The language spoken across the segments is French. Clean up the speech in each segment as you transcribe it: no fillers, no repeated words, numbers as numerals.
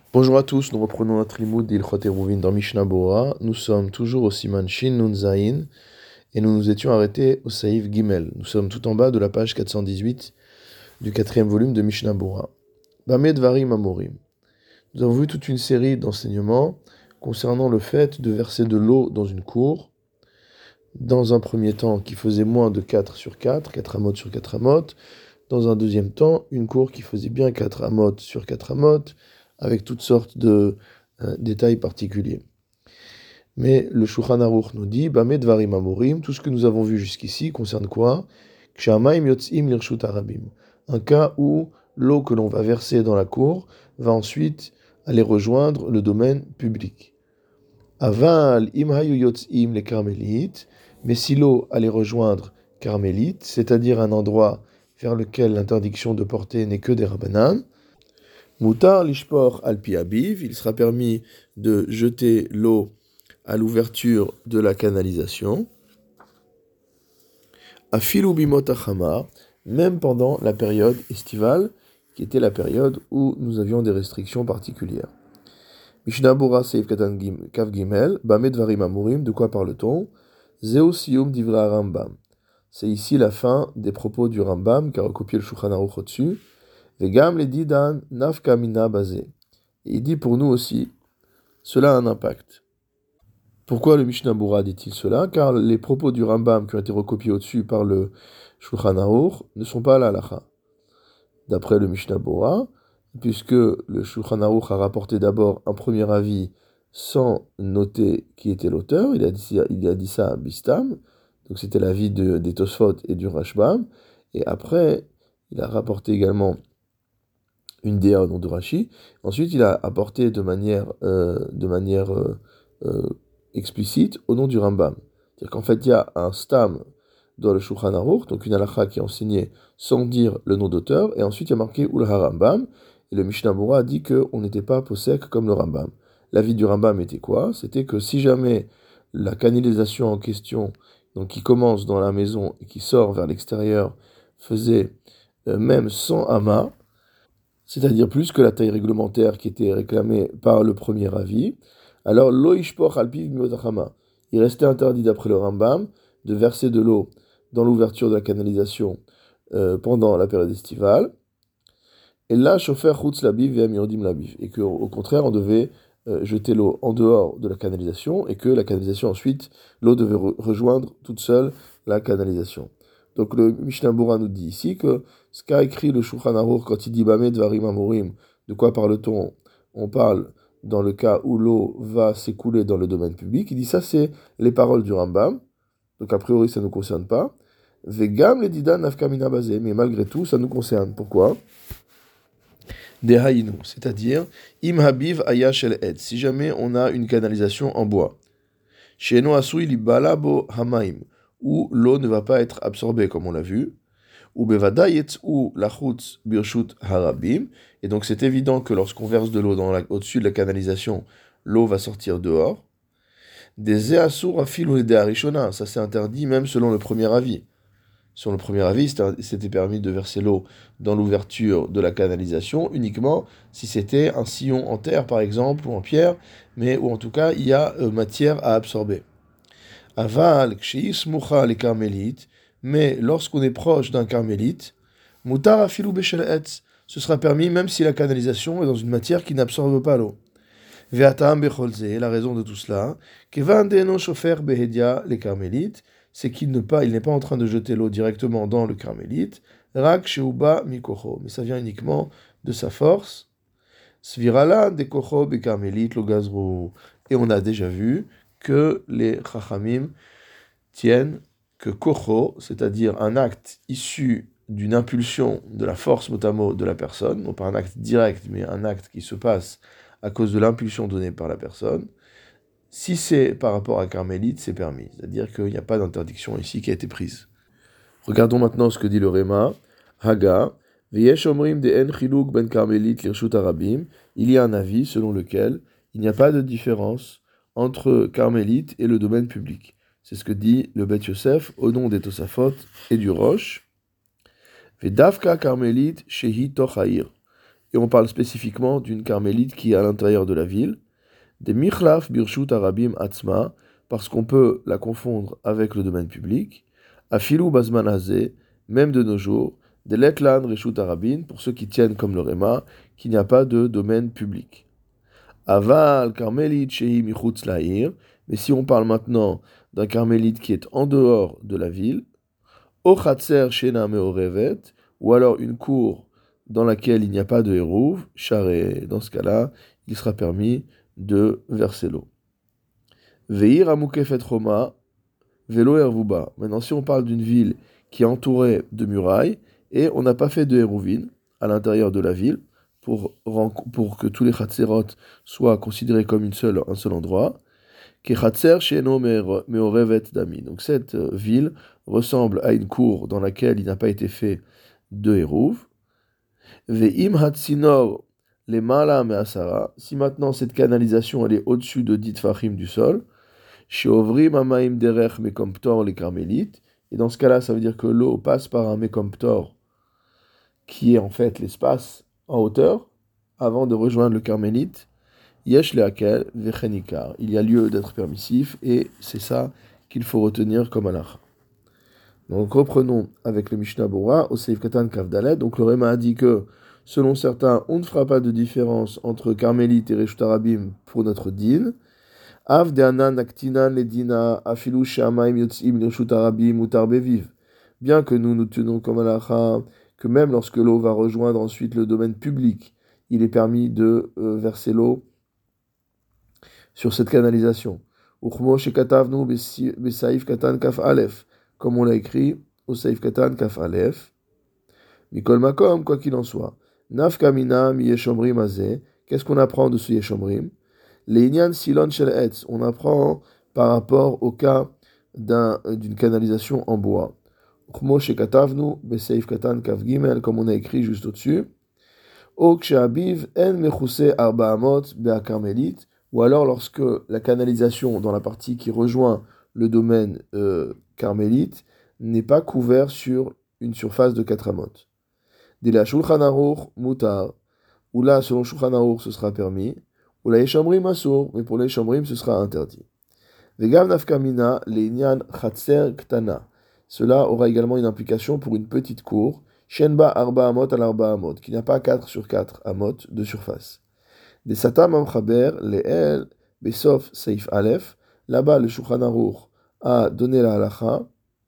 Bonjour à tous, nous reprenons notre limoud d'Ilchot Eruvin dans Mishnah Bora. Nous sommes toujours au Siman Shin Nun Zayin et nous nous étions arrêtés au Saïf Gimel. Nous sommes tout en bas de la page 418 du quatrième volume de Mishnah Bora. Bameh Dvarim Amorim. Nous avons vu toute une série d'enseignements concernant le fait de verser de l'eau dans une cour, dans un premier temps qui faisait moins de 4 sur 4, 4 amot sur 4 amot, dans un deuxième temps, une cour qui faisait bien 4 amot sur 4 amot, avec toutes sortes de détails particuliers. Mais le Shulchan Aruch nous dit, Bameh Dvarim Amorim, tout ce que nous avons vu jusqu'ici concerne quoi? Kshamayim Yotzim Lirshut Harabim. Un cas où l'eau que l'on va verser dans la cour va ensuite aller rejoindre le domaine public. Aval Im Hayu Yotzim les Carmélites, mais si l'eau allait rejoindre Carmélite, c'est-à-dire un endroit vers lequel l'interdiction de porter n'est que des Rabbanan, Mutar lishpor al pi abiv, il sera permis de jeter l'eau à l'ouverture de la canalisation. Afilu bimot achama, même pendant la période estivale, qui était la période où nous avions des restrictions particulières. Mishnah Bora Seif Katan Kav Gimel, Bameh Dvarim Amurim, de quoi parle-t-on? Zeu Siyum Divra Rambam. C'est ici la fin des propos du Rambam, qui a recopié le Shulchan Aruch au-dessus. Vegam le didan nafka mina basé. Il dit pour nous aussi, cela a un impact. Pourquoi le Mishnah Bora dit-il cela? Car les propos du Rambam qui ont été recopiés au-dessus par le Shulchan Aruch ne sont pas à la halakha. D'après le Mishnah Bora, puisque le Shulchan Aruch a rapporté d'abord un premier avis sans noter qui était l'auteur, il a dit ça à Bistam, donc c'était l'avis des Tosfot et du Rashbam, et après il a rapporté également une déa au nom de Rashi. Ensuite, il a apporté de manière explicite au nom du Rambam. C'est-à-dire qu'en fait, il y a un stam dans le Shulchan Aruch, donc une halakha qui est enseignée sans dire le nom d'auteur, et ensuite il y a marqué Ulha Rambam, et le Mishnah Bora a dit qu'on n'était pas posek comme le Rambam. L'avis du Rambam était quoi? C'était que si jamais la canalisation en question, donc qui commence dans la maison et qui sort vers l'extérieur, faisait même 100 amas, c'est-à-dire plus que la taille réglementaire qui était réclamée par le premier avis, alors lo ishpor alpiv mimotachama. Il restait interdit d'après le Rambam de verser de l'eau dans l'ouverture de la canalisation pendant la période estivale. Et là, chauffer chutz labiv et mirdim labiv. Et qu'au contraire, on devait jeter l'eau en dehors de la canalisation et que la canalisation ensuite, l'eau devait rejoindre toute seule la canalisation. Donc le Mishnah Bora nous dit ici que ce qu'a écrit le Shulchan Aruch quand il dit Bameh Dvarim Amorim, de quoi parle-t-on? On parle dans le cas où l'eau va s'écouler dans le domaine public. Il dit ça, c'est les paroles du Rambam. Donc a priori, ça ne nous concerne pas. Vegam le didan nafkamina basé, mais malgré tout, ça nous concerne. Pourquoi? Dehaïnu, c'est-à-dire im habiv aya shel ed, si jamais on a une canalisation en bois. Sheno asui li balabo hamaim, où l'eau ne va pas être absorbée, comme on l'a vu, ou bevada yetzu lachutz birshut harabim, et donc c'est évident que lorsqu'on verse de l'eau au-dessus de la canalisation, l'eau va sortir dehors. Des zeasur afil ou des arishona, ça c'est interdit même selon le premier avis. Sur le premier avis, c'était permis de verser l'eau dans l'ouverture de la canalisation uniquement si c'était un sillon en terre, par exemple, ou en pierre, mais où en tout cas il y a matière à absorber. Aval, ksheis moucha les carmélites, mais lorsqu'on est proche d'un carmélite, mutar afilou beshel etz, ce sera permis même si la canalisation est dans une matière qui n'absorbe pas l'eau. Ve'atam becholze, la raison de tout cela, kevan deno shofer behedia les carmélites, c'est qu'il n'est pas en train de jeter l'eau directement dans le carmélite, rak sheuba mikocho, mais ça vient uniquement de sa force. Svirala de kocho be carmélite lo gazro, et on a déjà vu que les chachamim tiennent que kocho, c'est-à-dire un acte issu d'une impulsion de la force motamo de la personne, non pas un acte direct, mais un acte qui se passe à cause de l'impulsion donnée par la personne. Si c'est par rapport à carmélite, c'est permis. C'est-à-dire qu'il n'y a pas d'interdiction ici qui a été prise. Regardons maintenant ce que dit le Réma. Haga, V'yesh omrim de en chiluk ben carmélite lirshut harabim. Il y a un avis selon lequel il n'y a pas de différence entre carmélite et le domaine public. C'est ce que dit le Bet Yosef au nom des Tosafot et du Rosh. V'davka carmélite shehi toch ha'ir. et on parle spécifiquement d'une carmélite qui est à l'intérieur de la ville. Des Michlaf Birshut Arabim Atzma, parce qu'on peut la confondre avec le domaine public. Afilou Bazman Hazé, même de nos jours, des Letlan Reshut Arabin, pour ceux qui tiennent comme le Réma, qu'il n'y a pas de domaine public. Aval Carmélite Shehi Michutz Lahir, mais si on parle maintenant d'un carmélite qui est en dehors de la ville, Ochatser Shena Meorevet, ou alors une cour dans laquelle il n'y a pas de hérouv, charé, dans ce cas-là, il sera permis de verser l'eau. Veir Amukefet Roma, Velo Ervuba. Maintenant, si on parle d'une ville qui est entourée de murailles et on n'a pas fait de hérouvin à l'intérieur de la ville pour que tous les Chatserot soient considérés comme un seul endroit, Ke Chatser Sheno Meorevet Dami. Donc cette ville ressemble à une cour dans laquelle il n'a pas été fait de hérouv. Ve'im Hatsinor les Mala Me'asara. Si maintenant cette canalisation elle est au-dessus de 10 Tfachim du sol, Sheovrim Amaim Derech Mekomptor les Carmélites. Et dans ce cas-là, ça veut dire que l'eau passe par un Mekomptor, qui est en fait l'espace en hauteur, avant de rejoindre le Carmélite. Yesh Leakel Vechenikar. Il y a lieu d'être permissif, et c'est ça qu'il faut retenir comme halakha. Donc reprenons avec le Mishnah Bora, au Seif Katan Kavdalet. Donc le Réma a dit que, selon certains, on ne fera pas de différence entre Carmélite et Reshut Arabim pour notre din. Av de anan aktinan ledina afilu shamaim yotzim lirshut arabim utar beviv. Bien que nous tenons comme halakha que même lorsque l'eau va rejoindre ensuite le domaine public, il est permis de verser l'eau sur cette canalisation. Uchmo shekatavnu besaif katan kaf alef, comme on l'a écrit au saif katan kaf alef. Mikol makom, quoi qu'il en soit. Naf kamina mi yeshomrim azeh. Qu'est-ce qu'on apprend de ce yeshomrim? Les Inyan Silon Shel Etz, on apprend par rapport au cas d'une canalisation en bois. Chmo Shekatavnu, Beseif Katan Kav Gimel, comme on a écrit juste au-dessus. Ok Sheabiv En Mechuse Arba Amot Bea Carmelit, ou alors lorsque la canalisation dans la partie qui rejoint le domaine carmélite n'est pas couvert sur une surface de 4 amot. De la Shulchan Aruch Mutar, ou là selon Shulchan Aruch ce sera permis. Ou la Yeshamrim Asur, mais pour les Yeshamrim, ce sera interdit. Vegav nafkamina, les Inyan Chatser Ktana. Cela aura également une implication pour une petite cour, Shenba Arba Amot al Arba Amot, qui n'a pas 4 sur 4 Amot de surface. Des Satam Amchaber, les El, Besof Seif Aleph. Là-bas, le Shulchan Aruch a donné la halakha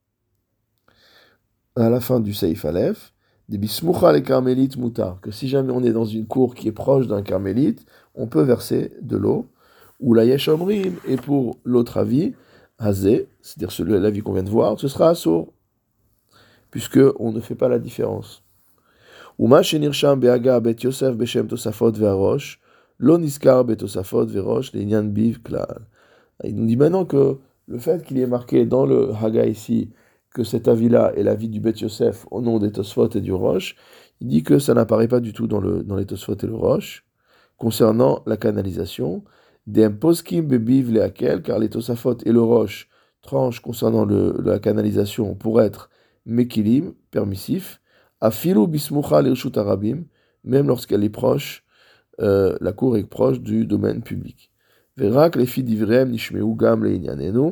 à la fin du Seif Aleph. Des bismoucha les carmélites moutar, que si jamais on est dans une cour qui est proche d'un carmélite, on peut verser de l'eau. Ou la yeshomrim, et pour l'autre avis, hazé, c'est-à-dire l'avis qu'on vient de voir, ce sera assour, puisque on ne fait pas la différence. Ou ma shenirsham beaga bet Yosef beshem tosafot ve'arosh, lo niskar bet tosafot ve'rosh l'inyan biv klal. Il nous dit maintenant que le fait qu'il y ait marqué dans le Haga ici que cet avis-là est l'avis du Bet Yosef au nom des Tosfot et du Rosh, il dit que ça n'apparaît pas du tout dans les Tosfot et le Rosh, concernant la canalisation, des poskim bebiv leakel, car les Tosafot et le Rosh tranchent concernant la canalisation pour être mekilim, permissif, afilu bismucha lirshut arabim, même lorsqu'elle est proche, la cour est proche du domaine public. Verak les filles d'ivrem nishmeu gam leinyanenu.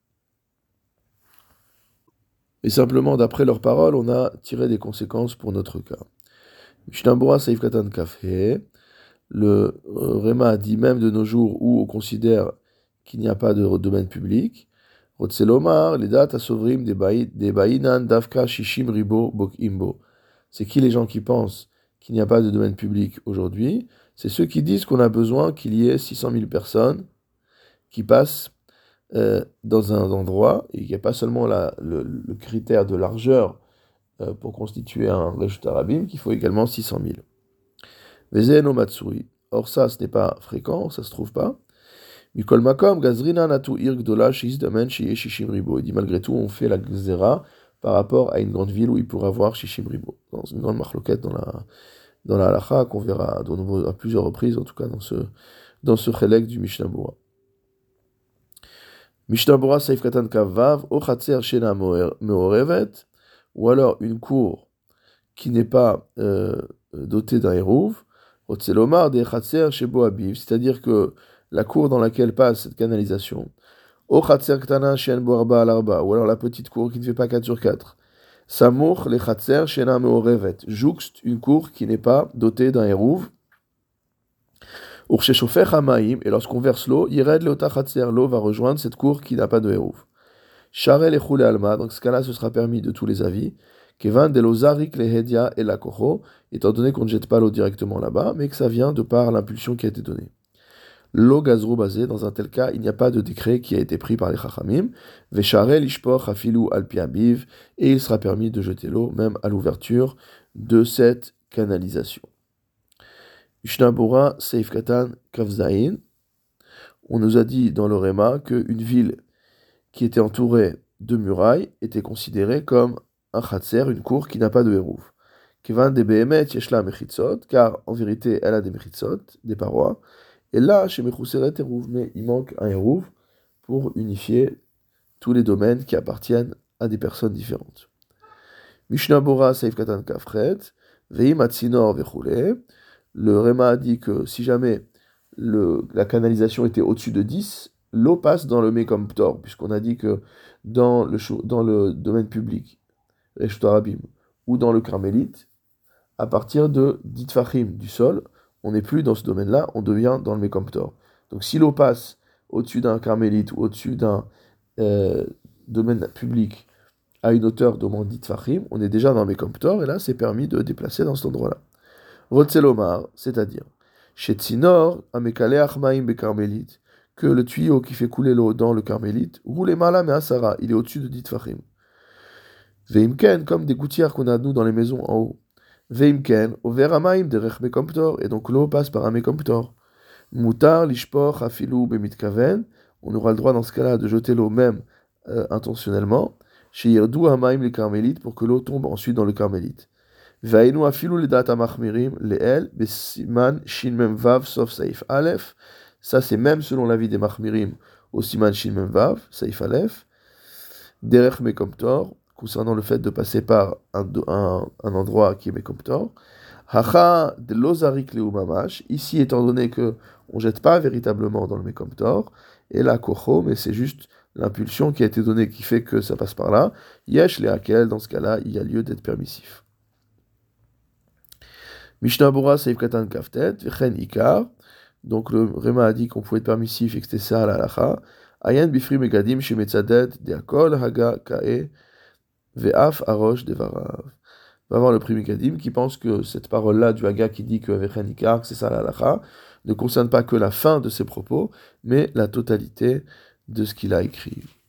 Et simplement, d'après leurs paroles, on a tiré des conséquences pour notre cas. Mishnah Bora Seif Katan Kafhe, le Réma a dit même de nos jours où on considère qu'il n'y a pas de domaine public, Rotselomar, les dates à Sovrim des Baïnan Davka Shishim Ribo Bok Imbo. C'est qui les gens qui pensent qu'il n'y a pas de domaine public aujourd'hui? C'est ceux qui disent qu'on a besoin qu'il y ait 600 000 personnes qui passent dans un endroit, et il n'y a pas seulement le critère de largeur pour constituer un Reshut Arabim, qu'il faut également 600 000. Vezeno Matsuri. Or ça, ce n'est pas fréquent, ça se trouve pas. Mikol Makom, Gazrina Natu Ir Gdola, Shizdamen, Shiye Shishim Ribo. Il dit malgré tout, on fait la Gzera par rapport à une grande ville où il pourra avoir Shishim Ribo. Dans une grande marloquette dans la halakha, qu'on verra de nouveau à plusieurs reprises, en tout cas dans ce chélek du Mishnah Bora. Mishnah Bora Seif Katan Kavav, Ochatser Shena Meorevet, ou alors une cour qui n'est pas dotée d'un hérouv, Otselomar de Chatser Shebo Abiv, c'est-à-dire que la cour dans laquelle passe cette canalisation, O Chatser Ktana Shen Bo Arba al Arba, ou alors la petite cour qui ne fait pas 4 sur 4. Samour le Chatser Shena Meorevet, jouxte une cour qui n'est pas dotée d'un hérouv. Ursheshofer Hamaim, et lorsqu'on verse l'eau, Yired Leota Chatser, l'eau va rejoindre cette cour qui n'a pas de hérouv. Sharel Echule Alma, dans ce cas-là, ce sera permis de tous les avis. Kevan de Lozarik le Hedia et la Koho, étant donné qu'on ne jette pas l'eau directement là-bas, mais que ça vient de par l'impulsion qui a été donnée. L'eau gazrou basé, dans un tel cas, il n'y a pas de décret qui a été pris par les Chachamim. Vesharel Ishpoch Hafilu Alpi Abiv, et il sera permis de jeter l'eau, même à l'ouverture de cette canalisation. Mishnah Seif Katan Kavzaïn. On nous a dit dans le Réma qu'une ville qui était entourée de murailles était considérée comme un Chatser, une cour qui n'a pas de hérouv. Kevan de Behemet Yeshla Mechitzot, car en vérité elle a des Mechitzot, des parois. Et là, chez Mechuseret Hérouv, mais il manque un Hérouv pour unifier tous les domaines qui appartiennent à des personnes différentes. Mishnah Bora Seif Katan Kafret, Veim Atzinor Vechule. Le Réma a dit que si jamais la canalisation était au-dessus de 10, l'eau passe dans le Mekomptor, puisqu'on a dit que dans le domaine public, Reshut Arabim, ou dans le Carmélite, à partir de 10 Tfachim du sol, on n'est plus dans ce domaine-là, on devient dans le Mekomptor. Donc si l'eau passe au-dessus d'un Carmélite ou au-dessus d'un domaine public à une hauteur d'au moins 10 Tfachim, on est déjà dans le Mekomptor, et là c'est permis de déplacer dans cet endroit-là. Rotzelomar, c'est-à-dire, chez Tsinor, Amekale Achmaim be Carmélite, que le tuyau qui fait couler l'eau dans le Carmélite, roule Mala mais Asara, il est au-dessus de 10 Tfachim. Veimken, comme des gouttières qu'on a nous dans les maisons en haut. Veimken, over Amaim de Rech Mekomptor, et donc l'eau passe par un Mekomptor. Mutar, Lishpoch, Afilu, Bemitkaven, on aura le droit dans ce cas-là de jeter l'eau même intentionnellement. Chez Yerdou Amaim les Carmélites, pour que l'eau tombe ensuite dans le Carmélite. Veinu Afilu les data Machmirim, les El, Besiman, Shin Mem Vav, sauf Saif Aleph. Ça c'est même selon l'avis des Machmirim, au Siman Shin Mem Vav, Saif Aleph. Derech Mekomptor, concernant le fait de passer par un endroit qui est Mekomptor. Hacha de Lozarik Leumamash, ici étant donné que on jette pas véritablement dans le Mekomptor, et la Kocho, mais c'est juste l'impulsion qui a été donnée qui fait que ça passe par là. Yesh le Hakel, dans ce cas-là, il y a lieu d'être permissif. Mishnah Bora Seif Katan Kaftet, Vechen Ikar, donc le Réma a dit qu'on pouvait être permissif et que c'était ça la halacha. Ayen Bifri Megadim Shemetzadet Deakol Haga Kae Ve'af Arosh Devarav. Va voir le Pri Megadim qui pense que cette parole-là du Haga qui dit que Vechen Ikar, c'est ça la halacha, ne concerne pas que la fin de ses propos, mais la totalité de ce qu'il a écrit.